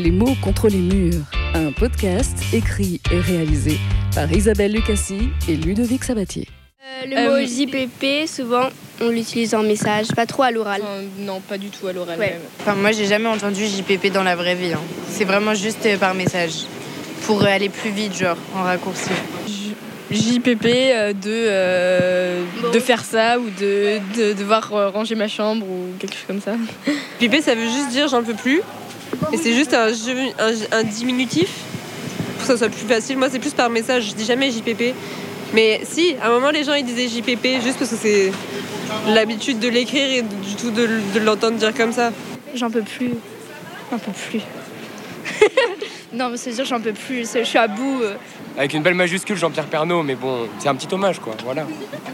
Les mots contre les murs, un podcast écrit et réalisé par Isabelle Lucassi et Ludovic Sabatier. Le mot JPP, souvent, on l'utilise en message, pas trop à l'oral. Non, pas du tout à l'oral Ouais. même. Enfin, moi, j'ai jamais entendu JPP dans la vraie vie. C'est vraiment juste par message. Pour aller plus vite, genre, en raccourci. JPP de faire ça ou de devoir ranger ma chambre ou quelque chose comme ça. JPP, ça veut juste dire j'en peux plus. Et c'est juste un diminutif pour que ça soit plus facile. Moi, c'est plus par message. Je dis jamais JPP. Mais si, à un moment, les gens ils disaient JPP juste parce que c'est l'habitude de l'écrire et du tout de l'entendre dire comme ça. J'en peux plus. J'en peux plus. Non, mais c'est dire j'en peux plus. Je suis à bout. Avec une belle majuscule, Jean-Pierre Pernaut, mais bon, c'est un petit hommage, quoi, voilà.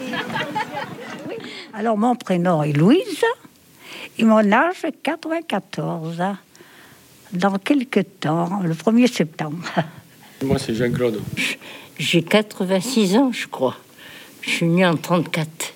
Alors, mon prénom est Louise et mon âge 94. Dans quelques temps, le 1er septembre. Moi, c'est Jean-Claude. J'ai 86 ans, je crois. Je suis née en 34.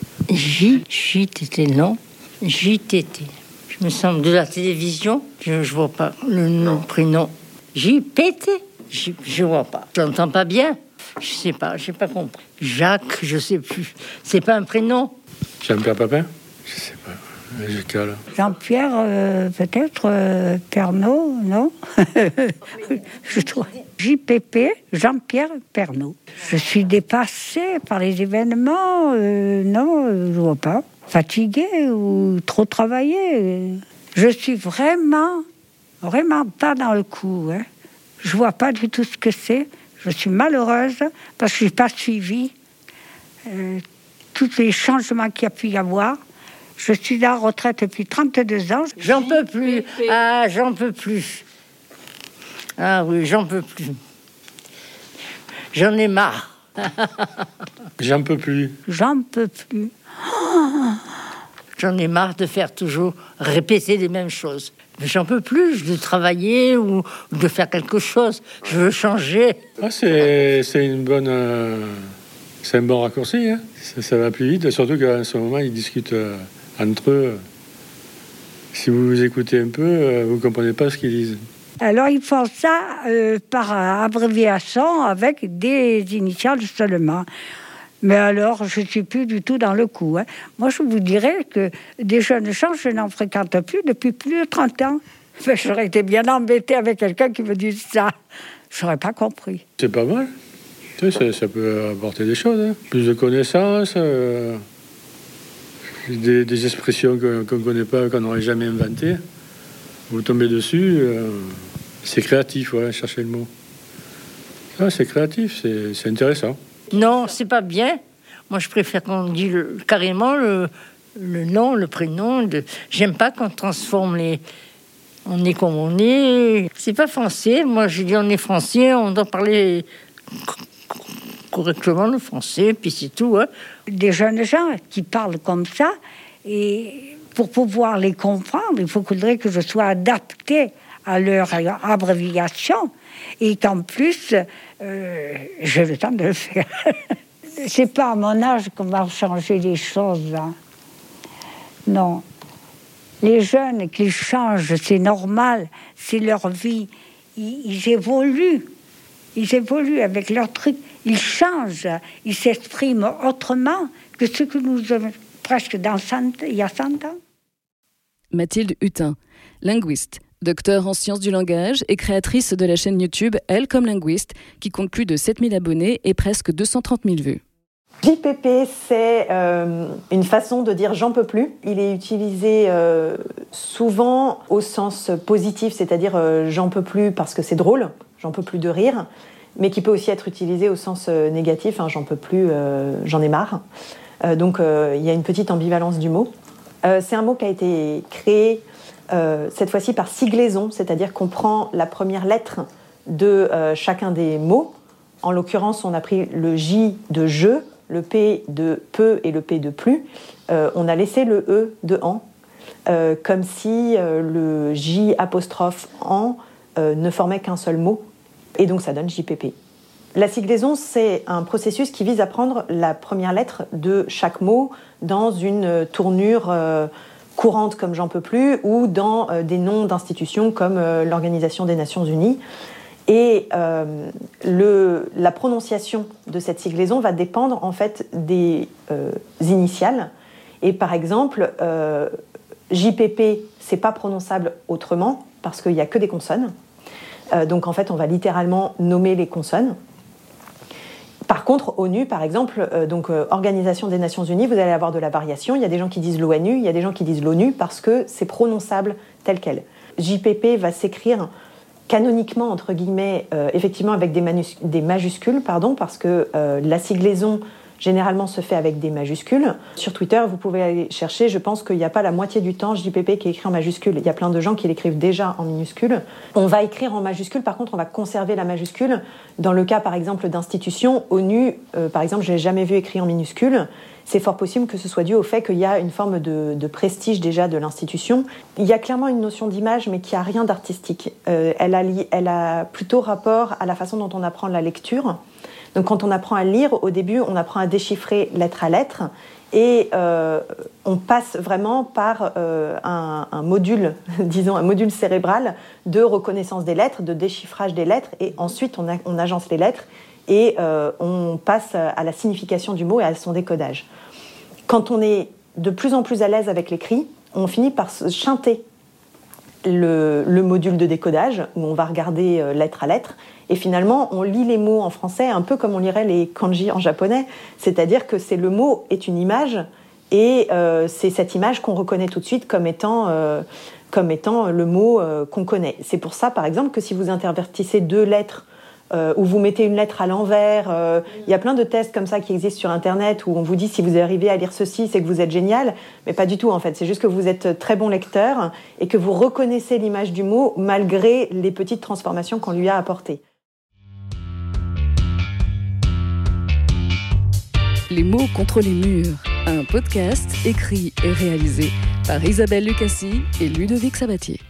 JTT, non. JTT. Je me semble de la télévision. Je vois pas le nom, prénom. JPT. Je vois pas. Je l'entends pas bien. Je sais pas, j'ai pas compris. Jacques, je sais plus. C'est pas un prénom. Jean-Pierre Papin? Je sais pas. Musical. Jean-Pierre, peut-être Pernaut, non? Je trouve. JPP, Jean-Pierre Pernaut. Je suis dépassée par les événements. Non, je vois pas. Fatiguée ou trop travaillée. Je suis vraiment pas dans le coup. Je vois pas du tout ce que c'est. Je suis malheureuse parce que je n'ai pas suivi tous les changements qu'il y a pu y avoir. Je suis en retraite depuis 32 ans. J'en peux plus. Ah, j'en peux plus. Ah oui, j'en peux plus. J'en ai marre. J'en peux plus. J'en peux plus. J'en ai marre de faire toujours répéter les mêmes choses. Mais j'en peux plus, je veux travailler ou de faire quelque chose. Je veux changer. Ah, c'est une bonne... c'est un bon raccourci. Ça va plus vite, surtout qu'en ce moment, ils discutent entre eux. Si vous écoutez un peu, vous ne comprenez pas ce qu'ils disent. Alors, ils font ça par abréviation avec des initiales seulement. Mais alors, je ne suis plus du tout dans le coup. Moi, je vous dirais que des jeunes gens, je n'en fréquente plus depuis plus de 30 ans. Enfin, j'aurais été bien embêtée avec quelqu'un qui me dise ça. Je n'aurais pas compris. C'est pas mal. Tu sais, ça peut apporter des choses. Plus de connaissances, des expressions qu'on ne connaît pas, qu'on n'aurait jamais inventées. Vous tombez dessus, c'est créatif, chercher le mot. Ça, c'est créatif, c'est intéressant. Non, c'est pas bien. Moi, je préfère qu'on dise carrément le nom, le prénom. J'aime pas qu'on transforme les... On est comme on est. C'est pas français. Moi, je dis on est français, on doit parler correctement le français, puis c'est tout. Des jeunes gens qui parlent comme ça, et pour pouvoir les comprendre, il faudrait que je sois adaptée à leur abréviation et qu'en plus, j'ai le temps de le faire. C'est pas à mon âge qu'on va changer les choses. Non. Les jeunes qui changent, c'est normal, c'est leur vie. Ils évoluent. Ils évoluent avec leur truc. Ils changent. Ils s'expriment autrement que ce que nous avons presque il y a 100 ans. Mathilde Hutin, linguiste, docteur en sciences du langage et créatrice de la chaîne YouTube Elle comme linguiste, qui compte plus de 7000 abonnés et presque 230 000 vues. JPP, c'est une façon de dire « j'en peux plus ». Il est utilisé souvent au sens positif, c'est-à-dire « j'en peux plus parce que c'est drôle, j'en peux plus de rire », mais qui peut aussi être utilisé au sens négatif, « j'en peux plus, j'en ai marre ». Donc il y a une petite ambivalence du mot. C'est un mot qui a été créé cette fois-ci par siglaison, c'est-à-dire qu'on prend la première lettre de chacun des mots. En l'occurrence, on a pris le J de « je », le P de « peu » et le P de « plus ». On a laissé le E de « en », comme si le J apostrophe « en » ne formait qu'un seul mot. Et donc, ça donne JPP. La siglaison, c'est un processus qui vise à prendre la première lettre de chaque mot dans une tournure courantes comme j'en peux plus ou dans des noms d'institutions comme l'Organisation des Nations Unies. Et la prononciation de cette siglaison va dépendre en fait des initiales. Et par exemple, JPP, c'est pas prononçable autrement parce qu'il n'y a que des consonnes. Donc en fait, on va littéralement nommer les consonnes. Par contre, ONU, par exemple, Organisation des Nations Unies, vous allez avoir de la variation. Il y a des gens qui disent l'ONU, il y a des gens qui disent l'ONU parce que c'est prononçable tel quel. JPP va s'écrire canoniquement, entre guillemets, effectivement avec des majuscules, parce que la siglaison généralement se fait avec des majuscules. Sur Twitter, vous pouvez aller chercher, je pense qu'il n'y a pas la moitié du temps JPP qui est écrit en majuscule. Il y a plein de gens qui l'écrivent déjà en minuscule. On va écrire en majuscule, par contre, on va conserver la majuscule. Dans le cas, par exemple, d'institutions, ONU, par exemple, je ne l'ai jamais vu écrit en minuscule. C'est fort possible que ce soit dû au fait qu'il y a une forme de prestige déjà de l'institution. Il y a clairement une notion d'image, mais qui n'a rien d'artistique. Elle a plutôt rapport à la façon dont on apprend la lecture. Donc quand on apprend à lire, au début, on apprend à déchiffrer lettre à lettre et on passe vraiment par un module, disons un module cérébral de reconnaissance des lettres, de déchiffrage des lettres et ensuite on agence les lettres et on passe à la signification du mot et à son décodage. Quand on est de plus en plus à l'aise avec l'écrit, on finit par se chanter le module de décodage où on va regarder lettre à lettre et finalement on lit les mots en français un peu comme on lirait les kanji en japonais, c'est-à-dire que le mot est une image et c'est cette image qu'on reconnaît tout de suite comme étant le mot qu'on connaît. C'est pour ça par exemple que si vous intervertissez deux lettres ou vous mettez une lettre à l'envers. Il y a plein de tests comme ça qui existent sur Internet où on vous dit si vous arrivez à lire ceci, c'est que vous êtes génial. Mais pas du tout en fait. C'est juste que vous êtes très bon lecteur et que vous reconnaissez l'image du mot malgré les petites transformations qu'on lui a apportées. Les mots contre les murs, un podcast écrit et réalisé par Isabelle Lucassi et Ludovic Sabatier.